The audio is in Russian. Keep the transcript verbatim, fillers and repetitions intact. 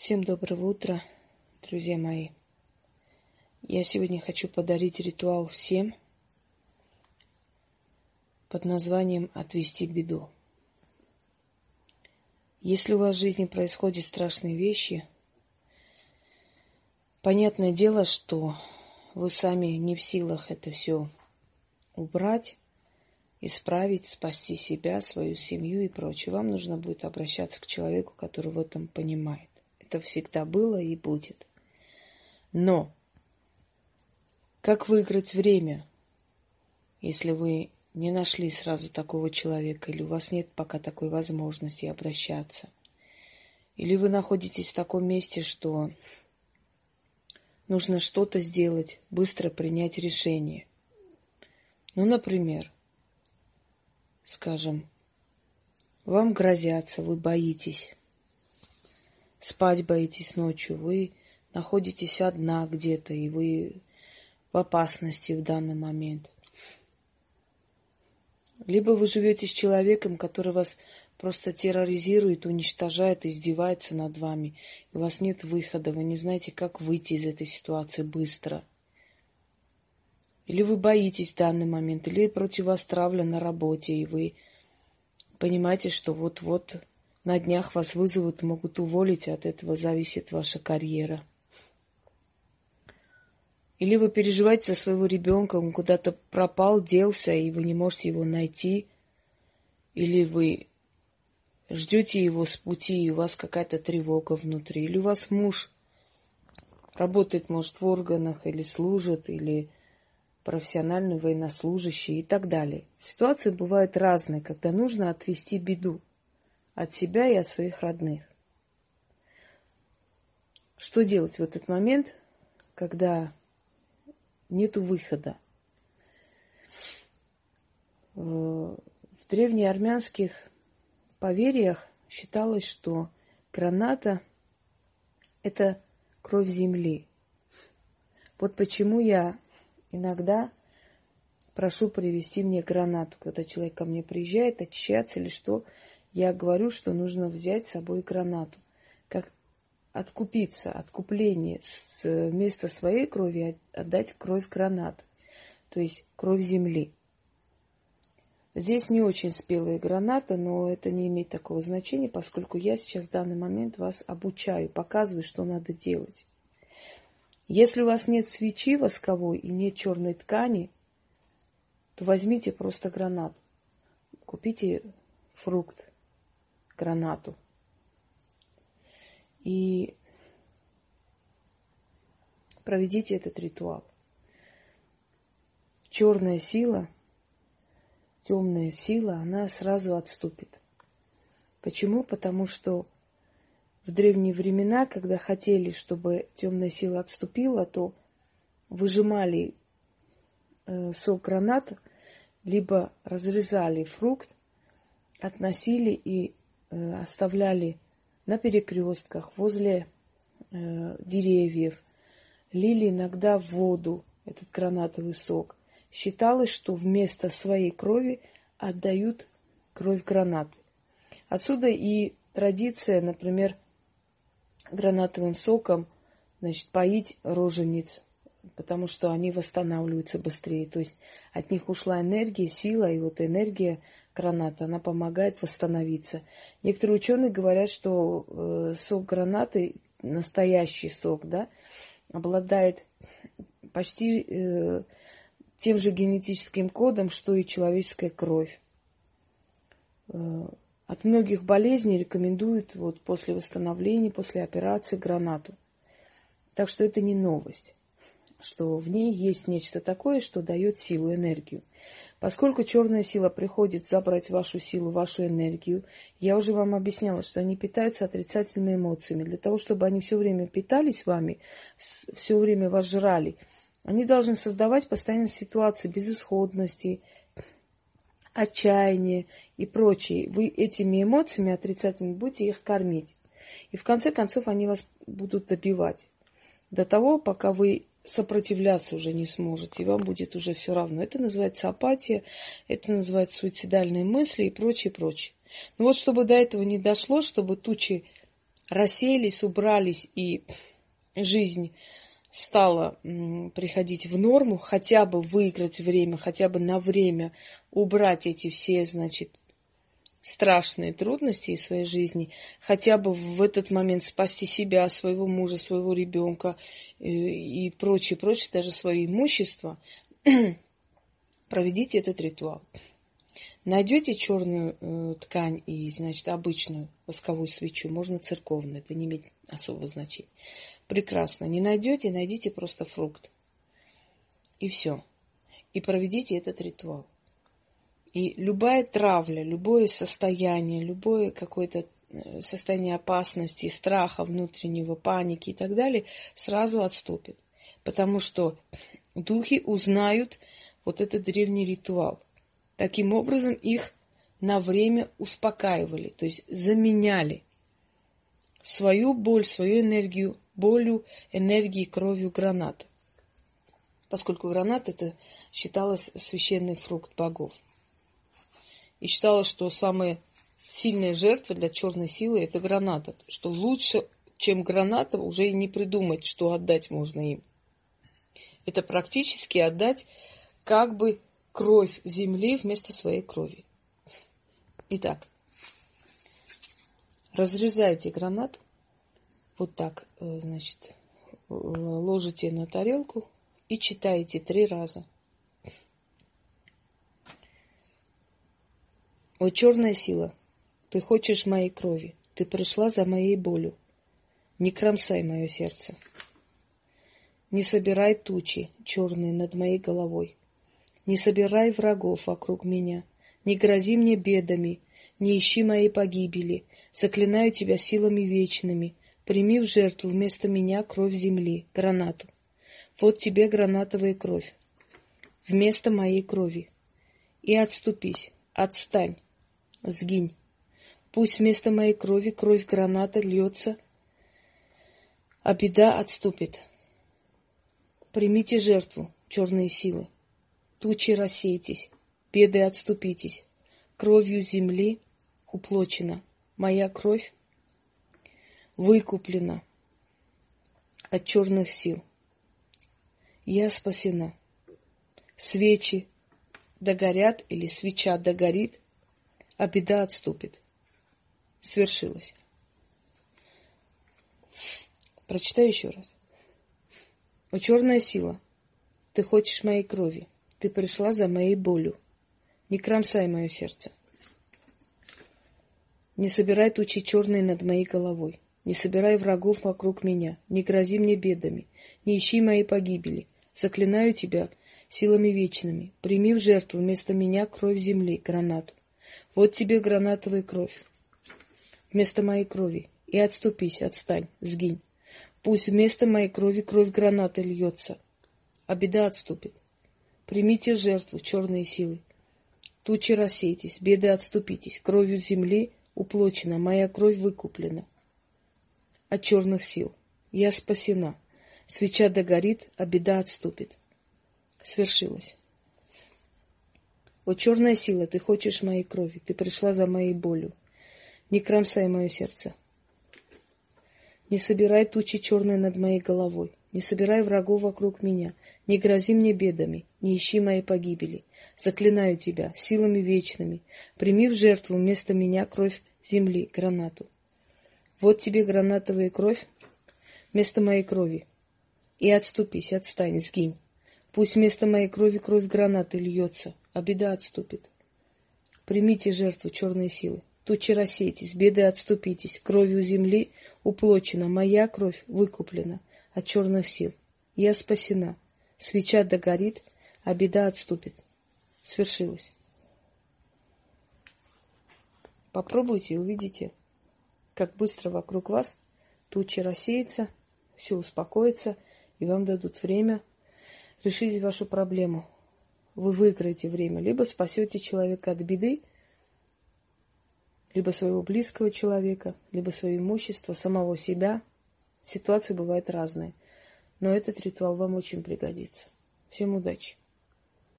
Всем доброго утра, друзья мои. Я сегодня хочу подарить ритуал всем под названием «Отвести беду». Если у вас в жизни происходят страшные вещи, понятное дело, что вы сами не в силах это все убрать, исправить, спасти себя, свою семью и прочее. Вам нужно будет обращаться к человеку, который в этом понимает. Это всегда было и будет. Но как выиграть время, если вы не нашли сразу такого человека, или у вас нет пока такой возможности обращаться, или вы находитесь в таком месте, что нужно что-то сделать, быстро принять решение. Ну, например, скажем, вам грозятся, вы боитесь, спать боитесь ночью, вы находитесь одна где-то, и вы в опасности в данный момент. Либо вы живете с человеком, который вас просто терроризирует, уничтожает, издевается над вами, и у вас нет выхода, вы не знаете, как выйти из этой ситуации быстро. Или вы боитесь в данный момент, или против вас травля на работе, и вы понимаете, что вот-вот на днях вас вызовут, могут уволить, от этого зависит ваша карьера. Или вы переживаете за своего ребенка, он куда-то пропал, делся, и вы не можете его найти. Или вы ждете его с пути, и у вас какая-то тревога внутри. Или у вас муж работает, может, в органах, или служит, или профессиональный военнослужащий и так далее. Ситуации бывают разные, когда нужно отвести беду от себя и от своих родных. Что делать в этот момент, когда нету выхода? В древнеармянских поверьях считалось, что граната – это кровь земли. Вот почему я иногда прошу привезти мне гранату. Когда человек ко мне приезжает, очищаться или что, я говорю, что нужно взять с собой гранату. Как откупиться, откупление с вместо своей крови отдать кровь гранаты, то есть кровь земли. Здесь не очень спелая граната, но это не имеет такого значения, поскольку я сейчас в данный момент вас обучаю, показываю, что надо делать. Если у вас нет свечи восковой и нет черной ткани, то возьмите просто гранат. Купите фрукт, гранату. И проведите этот ритуал. Черная сила, темная сила, она сразу отступит. Почему? Потому что в древние времена, когда хотели, чтобы темная сила отступила, то выжимали э, сок граната, либо разрезали фрукт, относили и э, оставляли на перекрестках, возле э, деревьев, лили иногда в воду этот гранатовый сок. Считалось, что вместо своей крови отдают кровь гранаты. Отсюда и традиция, например, гранатовым соком, значит, поить рожениц, потому что они восстанавливаются быстрее. То есть от них ушла энергия, сила, и вот энергия граната, она помогает восстановиться. Некоторые ученые говорят, что э, сок гранаты, настоящий сок, да, обладает почти э, тем же генетическим кодом, что и человеческая кровь. Э, от многих болезней рекомендуют вот после восстановления, после операции гранату. Так что это не новость, что в ней есть нечто такое, что дает силу, энергию. Поскольку черная сила приходит забрать вашу силу, вашу энергию, я уже вам объясняла, что они питаются отрицательными эмоциями. Для того, чтобы они все время питались вами, все время вас жрали, они должны создавать постоянно ситуации безысходности, отчаяния и прочее. Вы этими эмоциями отрицательными будете их кормить. И в конце концов они вас будут добивать. До того, пока вы сопротивляться уже не сможете, и вам будет уже все равно. Это называется апатия, это называется суицидальные мысли и прочее, прочее. Но вот чтобы до этого не дошло, чтобы тучи рассеялись, убрались, и жизнь стала м, приходить в норму, хотя бы выиграть время, хотя бы на время убрать эти все, значит, страшные трудности из своей жизни, хотя бы в этот момент спасти себя, своего мужа, своего ребенка и, и прочее, прочее, даже свое имущество, проведите этот ритуал. Найдете черную э, ткань и, значит, обычную восковую свечу, можно церковную, это не имеет особого значения. Прекрасно. Не найдете, найдите просто фрукт. И все. И проведите этот ритуал. И любая травля, любое состояние, любое какое-то состояние опасности, страха внутреннего, паники и так далее, сразу отступит. Потому что духи узнают вот этот древний ритуал. Таким образом их на время успокаивали, то есть заменяли свою боль, свою энергию, болью, энергией, кровью граната. Поскольку гранат это считалось священный фрукт богов. И считалось, что самая сильная жертва для черной силы это граната. Что лучше, чем граната, уже и не придумать, что отдать можно им. Это практически отдать как бы кровь земли вместо своей крови. Итак, разрезайте гранату. Вот так, значит, ложите на тарелку и читаете три раза. О, черная сила, ты хочешь моей крови, ты пришла за моей болью. Не кромсай мое сердце. Не собирай тучи черные над моей головой. Не собирай врагов вокруг меня. Не грози мне бедами, не ищи моей погибели. Заклинаю тебя силами вечными. Прими в жертву вместо меня кровь земли, гранату. Вот тебе гранатовая кровь, вместо моей крови. И отступись, отстань. Сгинь. Пусть вместо моей крови кровь граната льется, а беда отступит. Примите жертву, черные силы. Тучи рассейтесь, беды отступитесь. Кровью земли уплочена. Моя кровь выкуплена от черных сил. Я спасена. Свечи догорят или свеча догорит, а беда отступит. Свершилось. Прочитаю еще раз. О, черная сила, ты хочешь моей крови, ты пришла за моей болью. Не кромсай мое сердце. Не собирай тучи черные над моей головой. Не собирай врагов вокруг меня. Не грози мне бедами. Не ищи моей погибели. Заклинаю тебя силами вечными. Прими в жертву вместо меня кровь земли, гранату. Вот тебе гранатовая кровь вместо моей крови. И отступись, отстань, сгинь. Пусть вместо моей крови кровь граната льется, а беда отступит. Примите жертву, черные силы. Тучи рассейтесь, беды отступитесь. Кровью земли уплочена, моя кровь выкуплена от черных сил. Я спасена. Свеча догорит, а беда отступит. Свершилось. О, черная сила, ты хочешь моей крови, ты пришла за моей болью. Не кромсай мое сердце. Не собирай тучи черные над моей головой. Не собирай врагов вокруг меня. Не грози мне бедами. Не ищи моей погибели. Заклинаю тебя силами вечными. Прими в жертву вместо меня кровь земли, гранату. Вот тебе гранатовая кровь вместо моей крови. И отступись, отстань, сгинь. Пусть вместо моей крови кровь гранаты льется, а беда отступит. Примите жертву, черные силы. Тучи рассейтесь, беды отступитесь. Кровью земли уплочена, моя кровь выкуплена от черных сил. Я спасена. Свеча догорит, а беда отступит. Свершилось. Попробуйте и увидите, как быстро вокруг вас тучи рассеются, все успокоится, и вам дадут время решить вашу проблему. Вы выиграете время, либо спасете человека от беды, либо своего близкого человека, либо свое имущество, самого себя. Ситуации бывают разные. Но этот ритуал вам очень пригодится. Всем удачи!